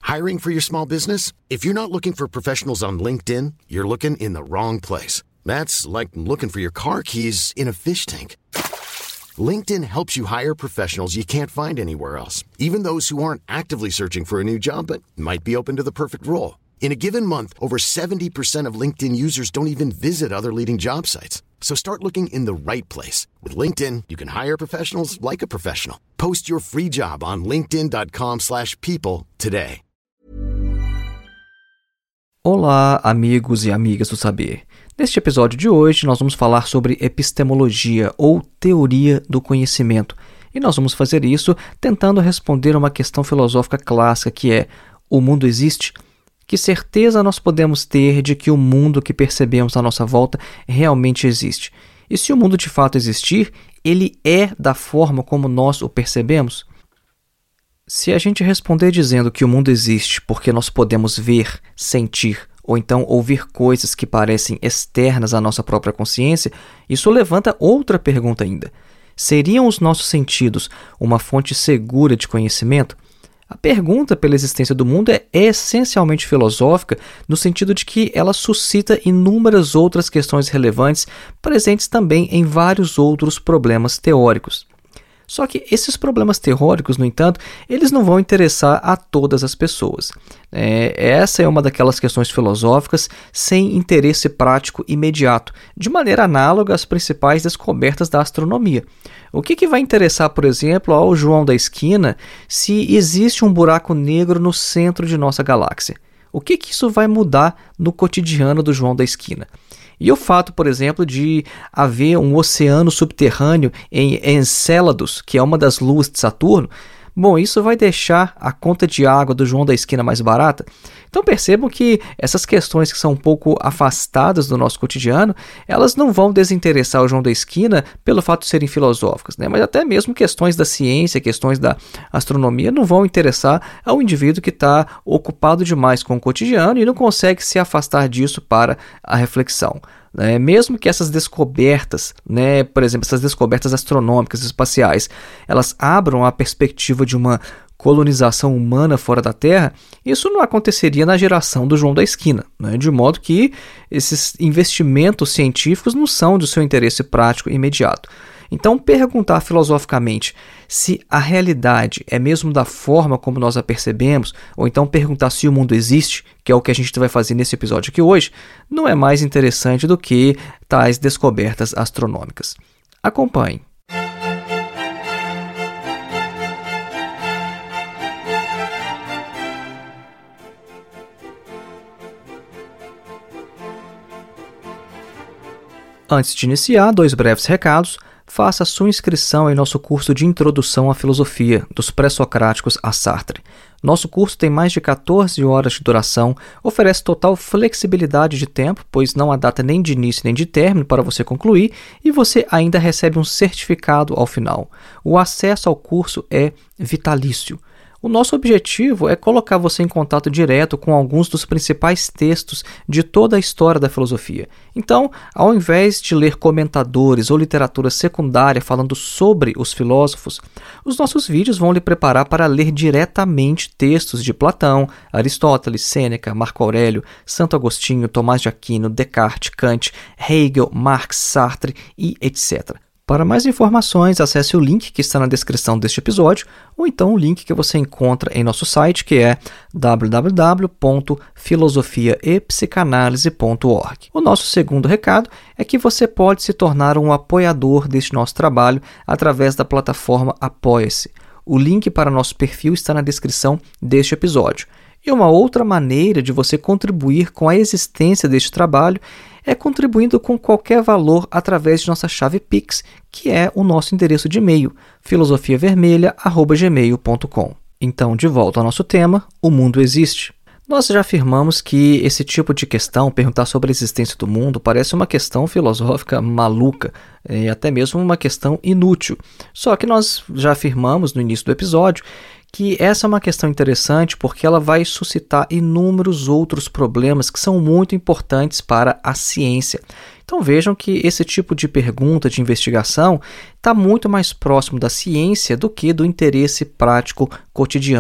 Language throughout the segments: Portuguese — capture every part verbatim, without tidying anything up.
Hiring for your small business? If you're not looking for professionals on LinkedIn, you're looking in the wrong place. That's like looking for your car keys in a fish tank. LinkedIn helps you hire professionals you can't find anywhere else, even those who aren't actively searching for a new job but might be open to the perfect role. In a given month, over seventy percent of LinkedIn users don't even visit other leading job sites. So start looking in the right place. With LinkedIn, you can hire professionals like a professional. Post your free job on linkedin dot com slash people today. Olá, amigos e amigas do saber. Neste episódio de hoje, nós vamos falar sobre epistemologia ou teoria do conhecimento. E nós vamos fazer isso tentando responder uma questão filosófica clássica que é: o mundo existe? Que certeza nós podemos ter de que o mundo que percebemos à nossa volta realmente existe? E se o mundo de fato existir, ele é da forma como nós o percebemos? Se a gente responder dizendo que o mundo existe porque nós podemos ver, sentir, ou então ouvir coisas que parecem externas à nossa própria consciência, isso levanta outra pergunta ainda. Seriam os nossos sentidos uma fonte segura de conhecimento? A pergunta pela existência do mundo é essencialmente filosófica, no sentido de que ela suscita inúmeras outras questões relevantes, presentes também em vários outros problemas teóricos. Só que esses problemas teóricos, no entanto, eles não vão interessar a todas as pessoas. É, essa é uma daquelas questões filosóficas sem interesse prático imediato, de maneira análoga às principais descobertas da astronomia. O que, que vai interessar, por exemplo, ao João da esquina se existe um buraco negro no centro de nossa galáxia? O que, que isso vai mudar no cotidiano do João da esquina? E o fato, por exemplo, de haver um oceano subterrâneo em Encéladus, que é uma das luas de Saturno, bom, isso vai deixar a conta de água do João da esquina mais barata? Então percebam que essas questões que são um pouco afastadas do nosso cotidiano, elas não vão desinteressar o João da esquina pelo fato de serem filosóficas, né? Mas até mesmo questões da ciência, questões da astronomia não vão interessar ao indivíduo que está ocupado demais com o cotidiano e não consegue se afastar disso para a reflexão. É, mesmo que essas descobertas, né, por exemplo, essas descobertas astronômicas, espaciais, elas abram a perspectiva de uma colonização humana fora da Terra, isso não aconteceria na geração do João da esquina, né, de modo que esses investimentos científicos não são do seu interesse prático imediato. Então, perguntar filosoficamente se a realidade é mesmo da forma como nós a percebemos, ou então perguntar se o mundo existe, que é o que a gente vai fazer nesse episódio aqui hoje, não é mais interessante do que tais descobertas astronômicas. Acompanhe. Antes de iniciar, dois breves recados. Faça sua inscrição em nosso curso de Introdução à Filosofia, dos Pré-Socráticos a Sartre. Nosso curso tem mais de quatorze horas de duração, oferece total flexibilidade de tempo, pois não há data nem de início nem de término para você concluir, e você ainda recebe um certificado ao final. O acesso ao curso é vitalício. O nosso objetivo é colocar você em contato direto com alguns dos principais textos de toda a história da filosofia. Então, ao invés de ler comentadores ou literatura secundária falando sobre os filósofos, os nossos vídeos vão lhe preparar para ler diretamente textos de Platão, Aristóteles, Sêneca, Marco Aurélio, Santo Agostinho, Tomás de Aquino, Descartes, Kant, Hegel, Marx, Sartre e etcétera. Para mais informações, acesse o link que está na descrição deste episódio, ou então o link que você encontra em nosso site, que é w w w ponto filosofia e psicanálise ponto org. O nosso segundo recado é que você pode se tornar um apoiador deste nosso trabalho através da plataforma Apoia-se. O link para nosso perfil está na descrição deste episódio. E uma outra maneira de você contribuir com a existência deste trabalho é contribuindo com qualquer valor através de nossa chave Pix, que é o nosso endereço de e-mail, filosofia vermelha arroba gmail ponto com. Então, de volta ao nosso tema, o mundo existe. Nós já afirmamos que esse tipo de questão, perguntar sobre a existência do mundo, parece uma questão filosófica maluca e até mesmo uma questão inútil. Só que nós já afirmamos no início do episódio que essa é uma questão interessante porque ela vai suscitar inúmeros outros problemas que são muito importantes para a ciência. Então vejam que esse tipo de pergunta, de investigação, está muito mais próximo da ciência do que do interesse prático cotidiano.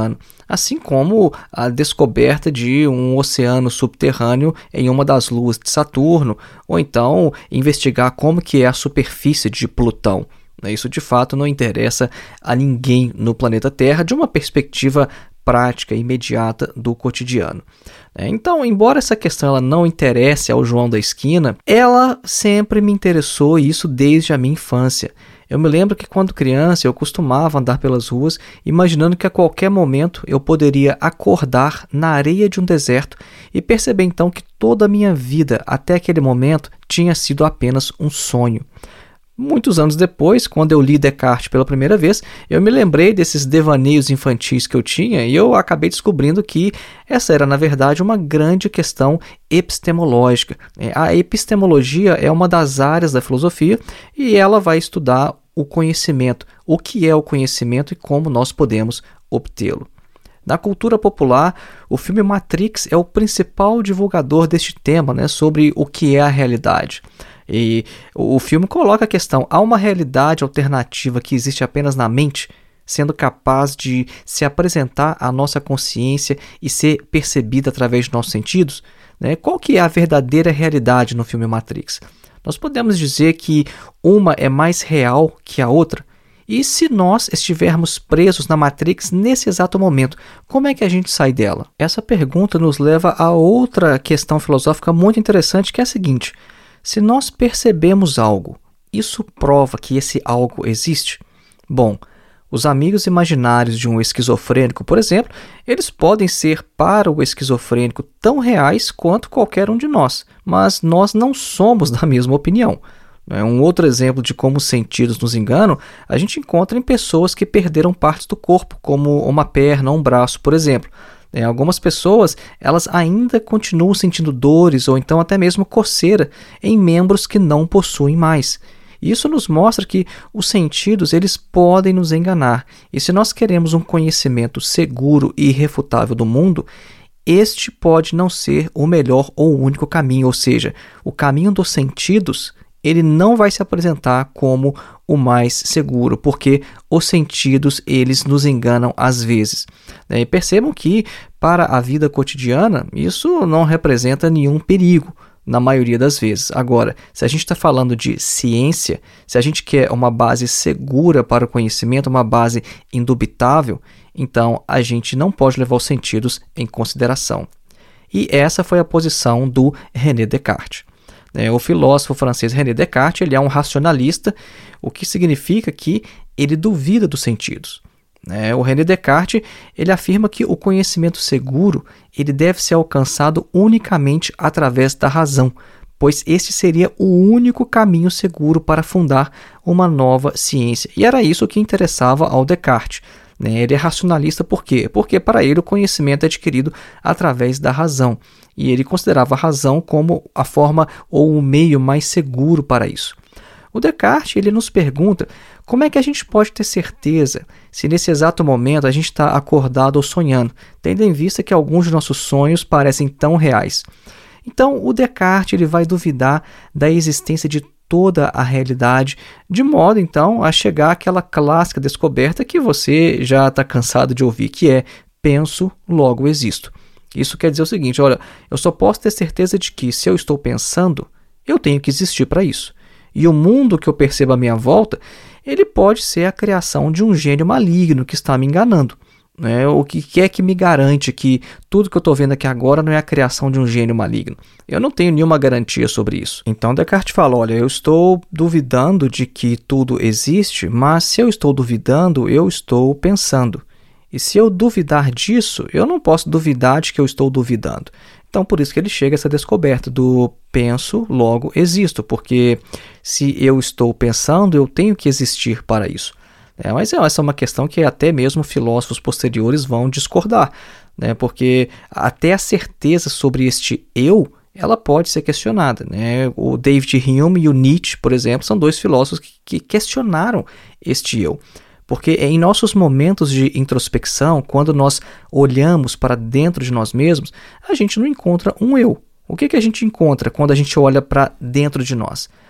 assim como a descoberta de um oceano subterrâneo em uma das luas de Saturno, ou então investigar como que é a superfície de Plutão. Isso de fato não interessa a ninguém no planeta Terra de uma perspectiva prática, imediata do cotidiano. Então, embora essa questão ela não interesse ao João da esquina, ela sempre me interessou, e isso desde a minha infância. Eu me lembro que quando criança eu costumava andar pelas ruas imaginando que a qualquer momento eu poderia acordar na areia de um deserto e perceber então que toda a minha vida até aquele momento tinha sido apenas um sonho. Muitos anos depois, quando eu li Descartes pela primeira vez, eu me lembrei desses devaneios infantis que eu tinha e eu acabei descobrindo que essa era, na verdade, uma grande questão epistemológica. A epistemologia é uma das áreas da filosofia e ela vai estudar o conhecimento, o que é o conhecimento e como nós podemos obtê-lo. Na cultura popular, o filme Matrix é o principal divulgador deste tema, né, sobre o que é a realidade. E o filme coloca a questão: há uma realidade alternativa que existe apenas na mente, sendo capaz de se apresentar à nossa consciência e ser percebida através de nossos sentidos? Né? Qual que é a verdadeira realidade no filme Matrix? Nós podemos dizer que uma é mais real que a outra? E se nós estivermos presos na Matrix nesse exato momento, como é que a gente sai dela? Essa pergunta nos leva a outra questão filosófica muito interessante, que é a seguinte: se nós percebemos algo, isso prova que esse algo existe? Bom, os amigos imaginários de um esquizofrênico, por exemplo, eles podem ser para o esquizofrênico tão reais quanto qualquer um de nós, mas nós não somos da mesma opinião. Um outro exemplo de como os sentidos nos enganam, a gente encontra em pessoas que perderam partes do corpo, como uma perna ou um braço, por exemplo. É, algumas pessoas elas ainda continuam sentindo dores ou então até mesmo coceira em membros que não possuem mais. Isso nos mostra que os sentidos eles podem nos enganar, e se nós queremos um conhecimento seguro e irrefutável do mundo, este pode não ser o melhor ou o único caminho, ou seja, o caminho dos sentidos ele não vai se apresentar como o mais seguro, porque os sentidos eles nos enganam às vezes. E percebam que para a vida cotidiana isso não representa nenhum perigo na maioria das vezes. Agora, se a gente está falando de ciência, se a gente quer uma base segura para o conhecimento, uma base indubitável, então a gente não pode levar os sentidos em consideração. E essa foi a posição do René Descartes. É, o filósofo francês René Descartes ele é um racionalista, o que significa que ele duvida dos sentidos. É, o René Descartes ele afirma que o conhecimento seguro ele deve ser alcançado unicamente através da razão, pois este seria o único caminho seguro para fundar uma nova ciência. E era isso que interessava ao Descartes. Ele é racionalista por quê? Porque para ele o conhecimento é adquirido através da razão. E ele considerava a razão como a forma ou o meio mais seguro para isso. O Descartes ele nos pergunta como é que a gente pode ter certeza se nesse exato momento a gente está acordado ou sonhando, tendo em vista que alguns de nossos sonhos parecem tão reais. Então o Descartes ele vai duvidar da existência de toda a realidade, de modo então a chegar àquela clássica descoberta que você já está cansado de ouvir, que é penso, logo existo. Isso quer dizer o seguinte: olha, eu só posso ter certeza de que se eu estou pensando, eu tenho que existir para isso. E o mundo que eu percebo à minha volta, ele pode ser a criação de um gênio maligno que está me enganando. Né? O que é que me garante que tudo que eu estou vendo aqui agora não é a criação de um gênio maligno? Eu não tenho nenhuma garantia sobre isso. Então Descartes fala: olha, eu estou duvidando de que tudo existe, mas se eu estou duvidando, eu estou pensando. E se eu duvidar disso, eu não posso duvidar de que eu estou duvidando. Então por isso que ele chega a essa descoberta do penso, logo existo, porque se eu estou pensando, eu tenho que existir para isso. É, mas essa é uma questão que até mesmo filósofos posteriores vão discordar, né? Porque até a certeza sobre este eu, ela pode ser questionada. Né? O David Hume e o Nietzsche, por exemplo, são dois filósofos que, que questionaram este eu. Porque em nossos momentos de introspecção, quando nós olhamos para dentro de nós mesmos, a gente não encontra um eu. O que, que a gente encontra quando a gente olha para dentro de nós?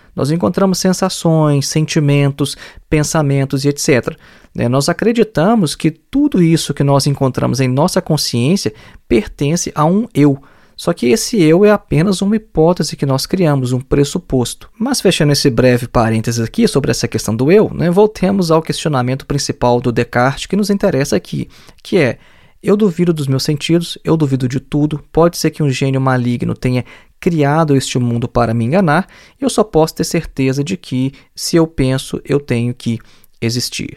Nós encontramos sensações, sentimentos, pensamentos e etcétera. Né? Nós acreditamos que tudo isso que nós encontramos em nossa consciência pertence a um eu. Só que esse eu é apenas uma hipótese que nós criamos, um pressuposto. Mas fechando esse breve parênteses aqui sobre essa questão do eu, né, voltemos ao questionamento principal do Descartes que nos interessa aqui, que é: eu duvido dos meus sentidos, eu duvido de tudo, pode ser que um gênio maligno tenha criado este mundo para me enganar, e eu só posso ter certeza de que, se eu penso, eu tenho que existir.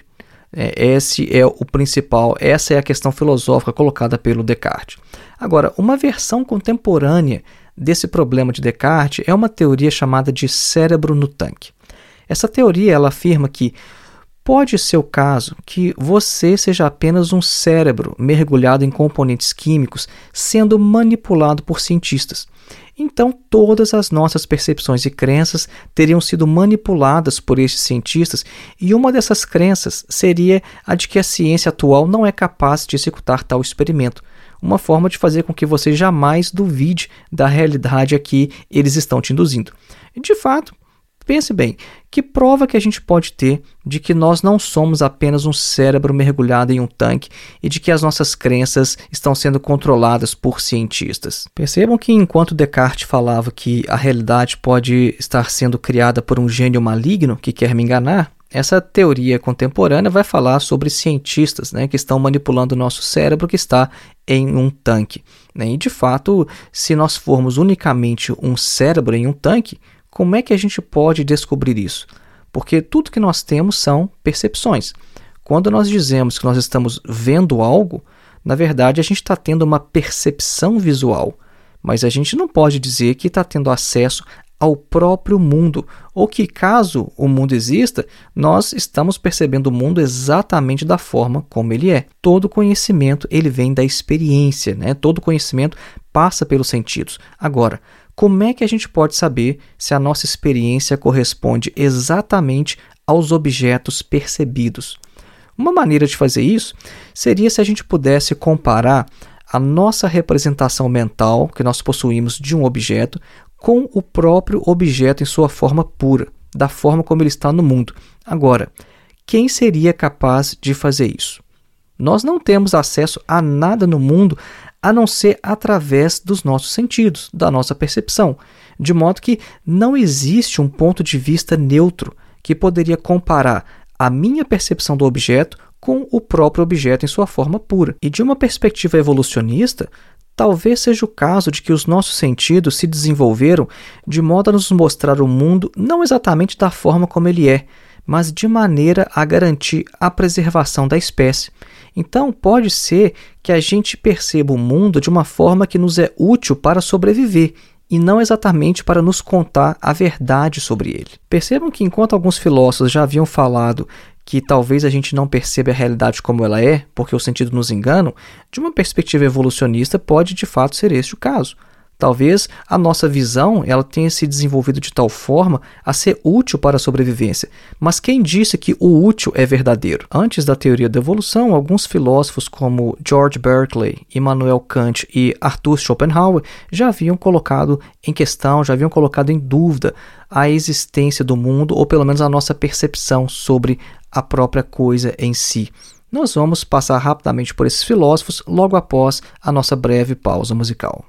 Esse é o principal, essa é a questão filosófica colocada pelo Descartes. Agora, uma versão contemporânea desse problema de Descartes é uma teoria chamada de cérebro no tanque. Essa teoria ela afirma que pode ser o caso que você seja apenas um cérebro mergulhado em componentes químicos sendo manipulado por cientistas. Então, todas as nossas percepções e crenças teriam sido manipuladas por estes cientistas, e uma dessas crenças seria a de que a ciência atual não é capaz de executar tal experimento, uma forma de fazer com que você jamais duvide da realidade a que eles estão te induzindo. E, de fato, pense bem, que prova que a gente pode ter de que nós não somos apenas um cérebro mergulhado em um tanque e de que as nossas crenças estão sendo controladas por cientistas? Percebam que enquanto Descartes falava que a realidade pode estar sendo criada por um gênio maligno que quer me enganar, essa teoria contemporânea vai falar sobre cientistas, né, que estão manipulando o nosso cérebro que está em um tanque. Né? E, de fato, se nós formos unicamente um cérebro em um tanque, como é que a gente pode descobrir isso? Porque tudo que nós temos são percepções. Quando nós dizemos que nós estamos vendo algo, na verdade a gente está tendo uma percepção visual, mas a gente não pode dizer que está tendo acesso ao próprio mundo, ou que, caso o mundo exista, nós estamos percebendo o mundo exatamente da forma como ele é. Todo conhecimento ele vem da experiência, né? Todo conhecimento passa pelos sentidos. Agora, como é que a gente pode saber se a nossa experiência corresponde exatamente aos objetos percebidos? Uma maneira de fazer isso seria se a gente pudesse comparar a nossa representação mental que nós possuímos de um objeto com o próprio objeto em sua forma pura, da forma como ele está no mundo. Agora, quem seria capaz de fazer isso? Nós não temos acesso a nada no mundo a não ser através dos nossos sentidos, da nossa percepção, de modo que não existe um ponto de vista neutro que poderia comparar a minha percepção do objeto com o próprio objeto em sua forma pura. E de uma perspectiva evolucionista, talvez seja o caso de que os nossos sentidos se desenvolveram de modo a nos mostrar o mundo não exatamente da forma como ele é, mas de maneira a garantir a preservação da espécie. Então, pode ser que a gente perceba o mundo de uma forma que nos é útil para sobreviver, e não exatamente para nos contar a verdade sobre ele. Percebam que enquanto alguns filósofos já haviam falado que talvez a gente não perceba a realidade como ela é, porque os sentidos nos enganam, de uma perspectiva evolucionista pode de fato ser este o caso. Talvez a nossa visão ela tenha se desenvolvido de tal forma a ser útil para a sobrevivência. Mas quem disse que o útil é verdadeiro? Antes da teoria da evolução, alguns filósofos como George Berkeley, Immanuel Kant e Arthur Schopenhauer já haviam colocado em questão, já haviam colocado em dúvida a existência do mundo, ou pelo menos a nossa percepção sobre a própria coisa em si. Nós vamos passar rapidamente por esses filósofos logo após a nossa breve pausa musical.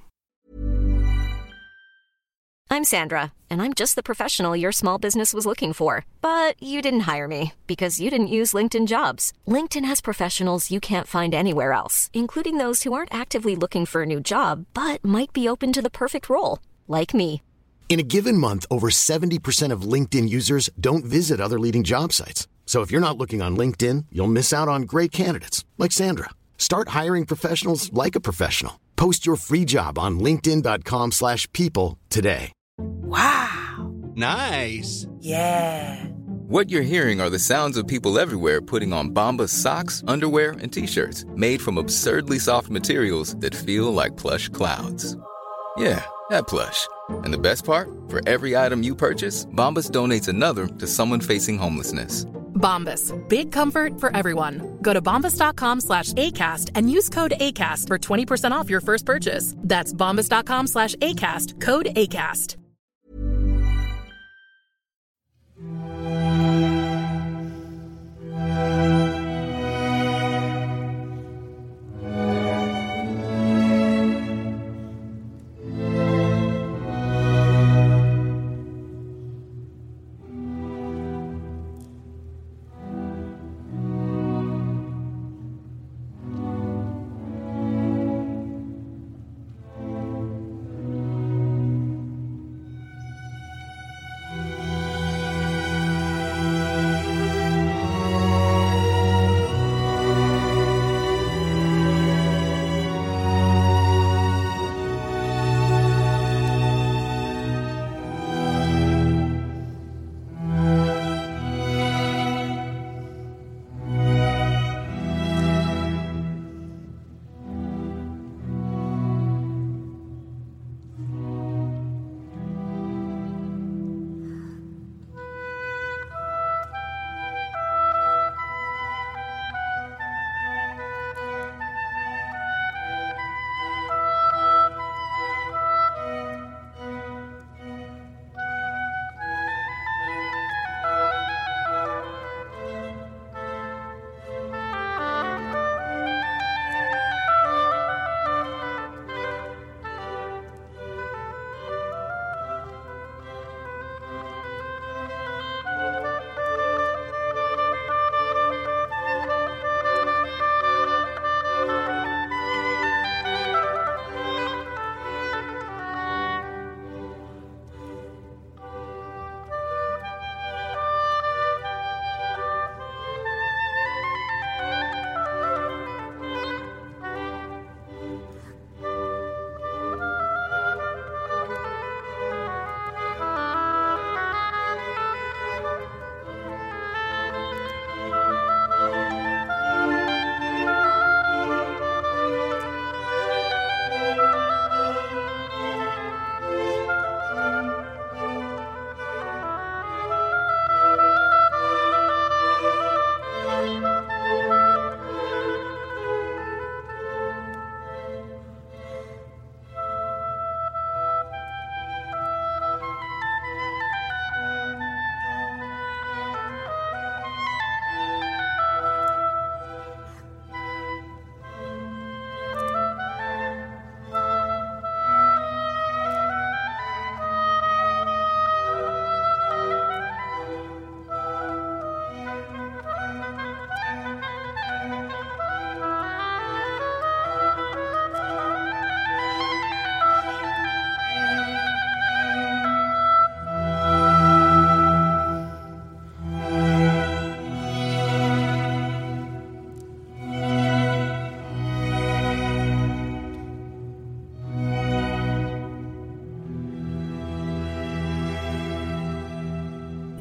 I'm Sandra, and I'm just the professional your small business was looking for. But you didn't hire me because you didn't use LinkedIn Jobs. LinkedIn has professionals you can't find anywhere else, including those who aren't actively looking for a new job, but might be open to the perfect role, like me. In a given month, over seventy percent of LinkedIn users don't visit other leading job sites. So if you're not looking on LinkedIn, you'll miss out on great candidates like Sandra. Start hiring professionals like a professional. Post your free job on linkedin dot com slash people today. Wow. Nice. Yeah. What you're hearing are the sounds of people everywhere putting on Bombas socks, underwear, and T-shirts made from absurdly soft materials that feel like plush clouds. Yeah, that plush. And the best part? For every item you purchase, Bombas donates another to someone facing homelessness. Bombas. Big comfort for everyone. Go to bombas dot com slash ACAST and use code ACAST for twenty percent off your first purchase. That's bombas dot com slash ACAST. Code ACAST.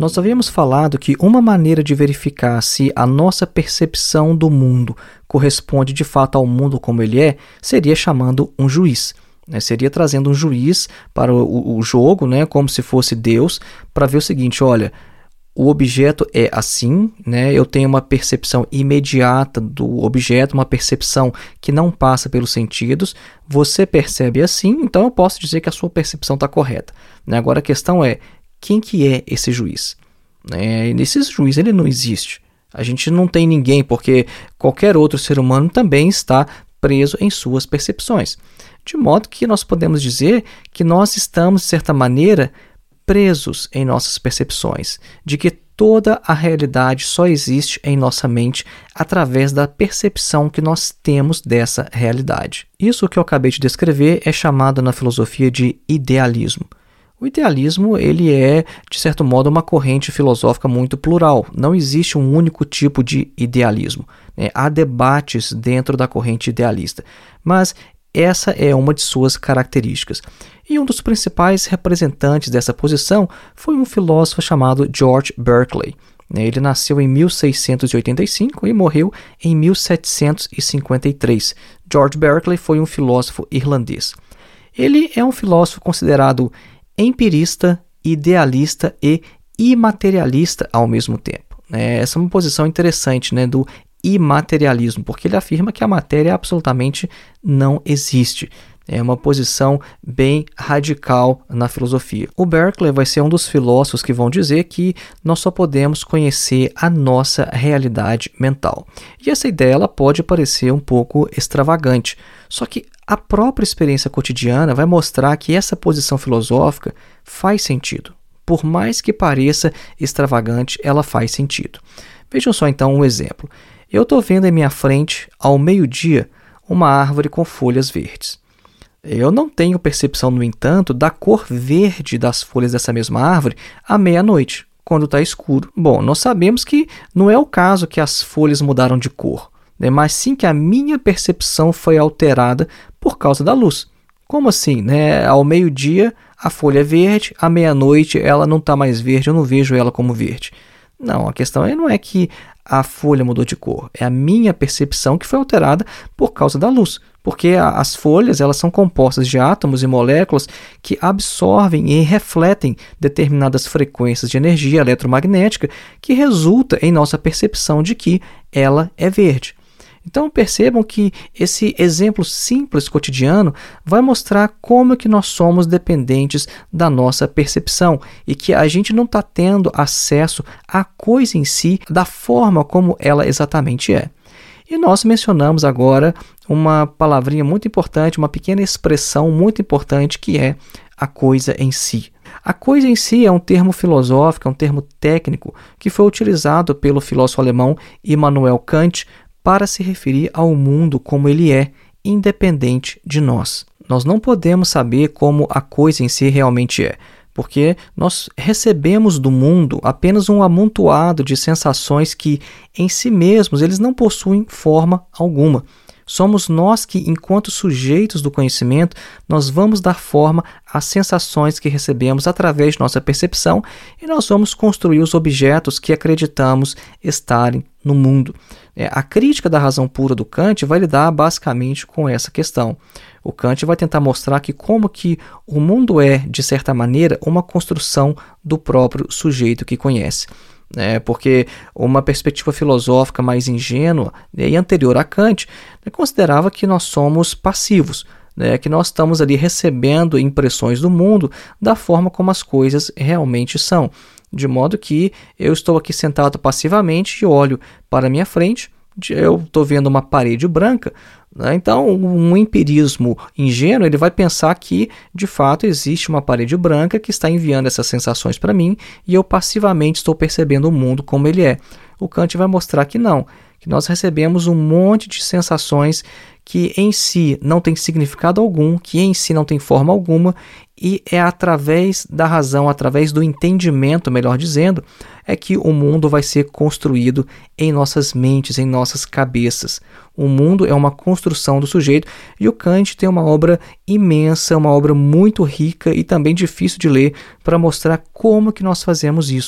Nós havíamos falado que uma maneira de verificar se a nossa percepção do mundo corresponde de fato ao mundo como ele é, seria chamando um juiz. Né? Seria trazendo um juiz para o, o jogo, né? Como se fosse Deus, para ver o seguinte, olha, o objeto é assim, né? Eu tenho uma percepção imediata do objeto, uma percepção que não passa pelos sentidos, você percebe assim, então eu posso dizer que a sua percepção está correta. Né? Agora a questão é, quem que é esse juiz? É, esse juiz ele não existe. A gente não tem ninguém, porque qualquer outro ser humano também está preso em suas percepções. De modo que nós podemos dizer que nós estamos, de certa maneira, presos em nossas percepções, de que toda a realidade só existe em nossa mente através da percepção que nós temos dessa realidade. Isso que eu acabei de descrever é chamado na filosofia de idealismo. O idealismo ele é, de certo modo, uma corrente filosófica muito plural. Não existe um único tipo de idealismo. Né? Há debates dentro da corrente idealista, mas essa é uma de suas características. E um dos principais representantes dessa posição foi um filósofo chamado George Berkeley. Ele nasceu em mil seiscentos e oitenta e cinco e morreu em mil setecentos e cinquenta e três. George Berkeley foi um filósofo irlandês. Ele é um filósofo considerado empirista, idealista e imaterialista ao mesmo tempo. Essa é uma posição interessante, né, do imaterialismo, porque ele afirma que a matéria absolutamente não existe. É uma posição bem radical na filosofia. O Berkeley vai ser um dos filósofos que vão dizer que nós só podemos conhecer a nossa realidade mental. E essa ideia ela pode parecer um pouco extravagante, só que a própria experiência cotidiana vai mostrar que essa posição filosófica faz sentido. Por mais que pareça extravagante, ela faz sentido. Vejam só então um exemplo. Eu estou vendo em minha frente, ao meio-dia, uma árvore com folhas verdes. Eu não tenho percepção, no entanto, da cor verde das folhas dessa mesma árvore à meia-noite, quando está escuro. Bom, nós sabemos que não é o caso que as folhas mudaram de cor, né? Mas sim que a minha percepção foi alterada por causa da luz. Como assim? Né? Ao meio-dia a folha é verde, à meia-noite ela não está mais verde, eu não vejo ela como verde. Não, a questão não é que a folha mudou de cor, é a minha percepção que foi alterada por causa da luz, porque a, as folhas elas são compostas de átomos e moléculas que absorvem e refletem determinadas frequências de energia eletromagnética que resulta em nossa percepção de que ela é verde. Então percebam que esse exemplo simples cotidiano vai mostrar como que nós somos dependentes da nossa percepção e que a gente não está tendo acesso à coisa em si da forma como ela exatamente é. E nós mencionamos agora uma palavrinha muito importante, uma pequena expressão muito importante que é a coisa em si. A coisa em si é um termo filosófico, é um termo técnico que foi utilizado pelo filósofo alemão Immanuel Kant para se referir ao mundo como ele é, independente de nós. Nós não podemos saber como a coisa em si realmente é, porque nós recebemos do mundo apenas um amontoado de sensações que, em si mesmos, eles não possuem forma alguma. Somos nós que, enquanto sujeitos do conhecimento, nós vamos dar forma às sensações que recebemos através de nossa percepção e nós vamos construir os objetos que acreditamos estarem no mundo. É, a crítica da razão pura do Kant vai lidar basicamente com essa questão. O Kant vai tentar mostrar que como que o mundo é, de certa maneira, uma construção do próprio sujeito que conhece. É, porque uma perspectiva filosófica mais ingênua, né, e anterior a Kant, né, considerava que nós somos passivos, né, que nós estamos ali recebendo impressões do mundo da forma como as coisas realmente são. De modo que eu estou aqui sentado passivamente e olho para a minha frente, eu estou vendo uma parede branca, né? Então um empirismo ingênuo ele vai pensar que de fato existe uma parede branca que está enviando essas sensações para mim e eu passivamente estou percebendo o mundo como ele é. O Kant vai mostrar que não, que nós recebemos um monte de sensações que em si não tem significado algum, que em si não tem forma alguma, e é através da razão, através do entendimento, melhor dizendo, é que o mundo vai ser construído em nossas mentes, em nossas cabeças. O mundo é uma construção do sujeito e o Kant tem uma obra imensa, uma obra muito rica e também difícil de ler para mostrar como que nós fazemos isso.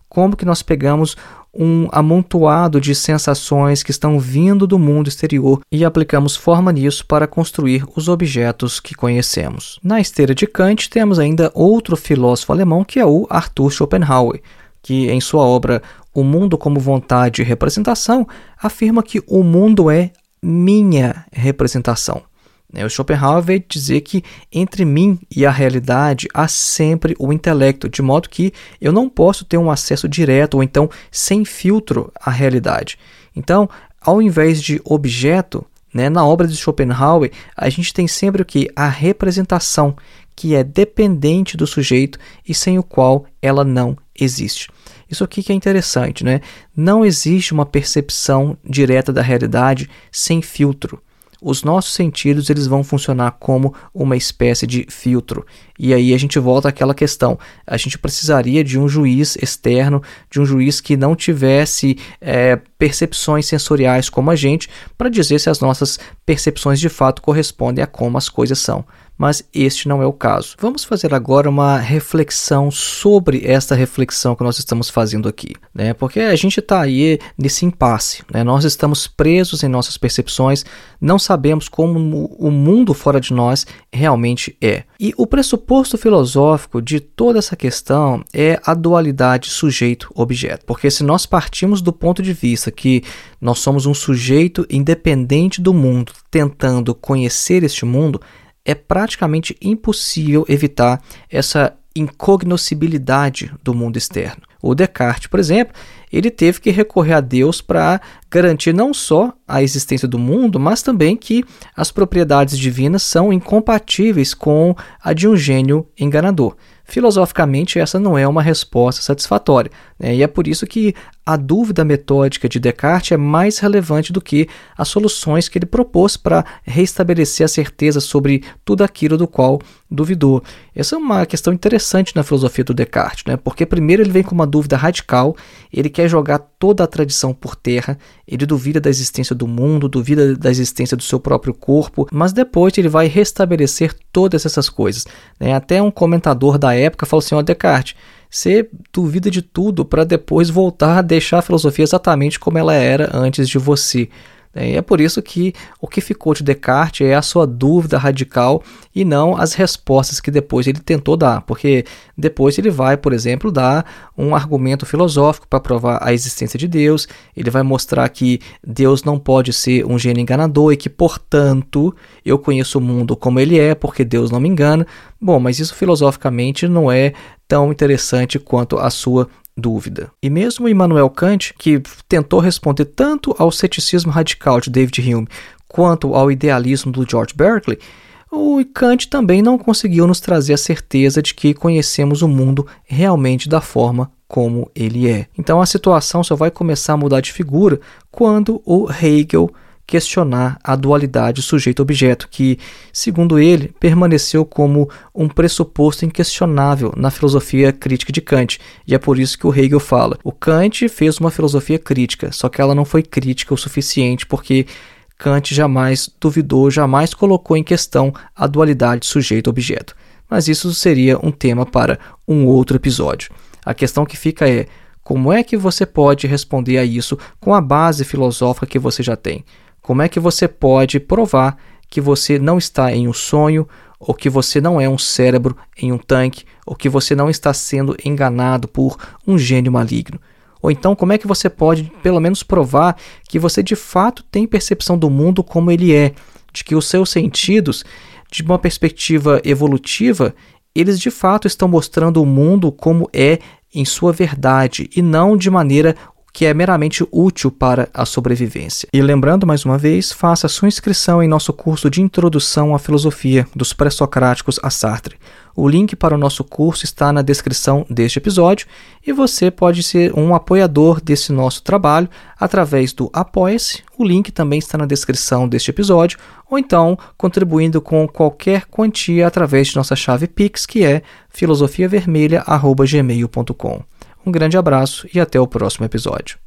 como que nós pegamos um amontoado de sensações que estão vindo do mundo exterior e aplicamos forma nisso para construir os objetos que conhecemos. Na esteira de Kant, temos ainda outro filósofo alemão, que é o Arthur Schopenhauer, que em sua obra O Mundo como Vontade e Representação, afirma que o mundo é minha representação. O Schopenhauer veio dizer que entre mim e a realidade há sempre o intelecto, de modo que eu não posso ter um acesso direto ou então sem filtro à realidade. Então, ao invés de objeto, né, na obra de Schopenhauer, a gente tem sempre o que? A representação, que é dependente do sujeito e sem o qual ela não existe. Isso aqui que é interessante, né? Não existe uma percepção direta da realidade sem filtro. Os nossos sentidos eles vão funcionar como uma espécie de filtro. E aí a gente volta àquela questão. A gente precisaria de um juiz externo, de um juiz que não tivesse é, percepções sensoriais como a gente, para dizer se as nossas percepções de fato correspondem a como as coisas são. Mas este não é o caso. Vamos fazer agora uma reflexão sobre esta reflexão que nós estamos fazendo aqui, né? Porque a gente está aí nesse impasse, né? Nós estamos presos em nossas percepções, não sabemos como o mundo fora de nós realmente é. E o pressuposto filosófico de toda essa questão é a dualidade sujeito-objeto. Porque se nós partimos do ponto de vista que nós somos um sujeito independente do mundo, tentando conhecer este mundo, é praticamente impossível evitar essa incognoscibilidade do mundo externo. O Descartes, por exemplo, ele teve que recorrer a Deus para garantir não só a existência do mundo, mas também que as propriedades divinas são incompatíveis com a de um gênio enganador. Filosoficamente, essa não é uma resposta satisfatória, né? E é por isso que a dúvida metódica de Descartes é mais relevante do que as soluções que ele propôs para restabelecer a certeza sobre tudo aquilo do qual duvidou. Essa é uma questão interessante na filosofia do Descartes, né? Porque primeiro ele vem com uma dúvida radical, ele quer jogar toda a tradição por terra, ele duvida da existência do mundo, duvida da existência do seu próprio corpo, mas depois ele vai restabelecer todas essas coisas, né? Até um comentador da época falou assim: ó, Descartes, você duvida de tudo para depois voltar a deixar a filosofia exatamente como ela era antes de você. E é por isso que o que ficou de Descartes é a sua dúvida radical e não as respostas que depois ele tentou dar, porque depois ele vai, por exemplo, dar um argumento filosófico para provar a existência de Deus, ele vai mostrar que Deus não pode ser um gênio enganador e que, portanto, eu conheço o mundo como ele é, porque Deus não me engana. Bom, mas isso filosoficamente não é tão interessante quanto a sua dúvida. E mesmo Immanuel Kant, que tentou responder tanto ao ceticismo radical de David Hume quanto ao idealismo do George Berkeley, o Kant também não conseguiu nos trazer a certeza de que conhecemos o mundo realmente da forma como ele é. Então a situação só vai começar a mudar de figura quando o Hegel questionar a dualidade sujeito-objeto, que, segundo ele, permaneceu como um pressuposto inquestionável na filosofia crítica de Kant. E é por isso que o Hegel fala: o Kant fez uma filosofia crítica, só que ela não foi crítica o suficiente, porque Kant jamais duvidou, jamais colocou em questão a dualidade sujeito-objeto. Mas isso seria um tema para um outro episódio. A questão que fica é: como é que você pode responder a isso com a base filosófica que você já tem? Como é que você pode provar que você não está em um sonho, ou que você não é um cérebro em um tanque, ou que você não está sendo enganado por um gênio maligno? Ou então, como é que você pode, pelo menos, provar que você de fato tem percepção do mundo como ele é, de que os seus sentidos, de uma perspectiva evolutiva, eles de fato estão mostrando o mundo como é em sua verdade e não de maneira que é meramente útil para a sobrevivência. E lembrando mais uma vez, faça sua inscrição em nosso curso de Introdução à Filosofia dos Pré-Socráticos a Sartre. O link para o nosso curso está na descrição deste episódio e você pode ser um apoiador desse nosso trabalho através do Apoia-se. O link também está na descrição deste episódio, ou então contribuindo com qualquer quantia através de nossa chave Pix, que é filosofiavermelha arroba gmail ponto com. Um grande abraço e até o próximo episódio.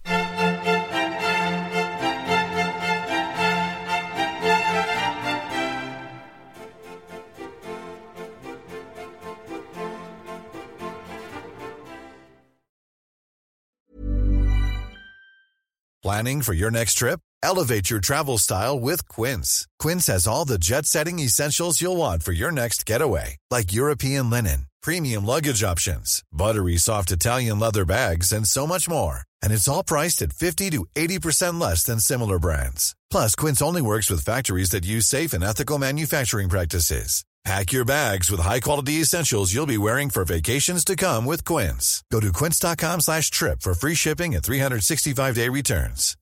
Planning for your next trip? Elevate your travel style with Quince. Quince has all the jet-setting essentials you'll want for your next getaway, like European linen, premium luggage options, buttery soft Italian leather bags, and so much more. And it's all priced at fifty to eighty percent less than similar brands. Plus, Quince only works with factories that use safe and ethical manufacturing practices. Pack your bags with high-quality essentials you'll be wearing for vacations to come with Quince. Go to quince.com slash trip for free shipping and three sixty-five day returns.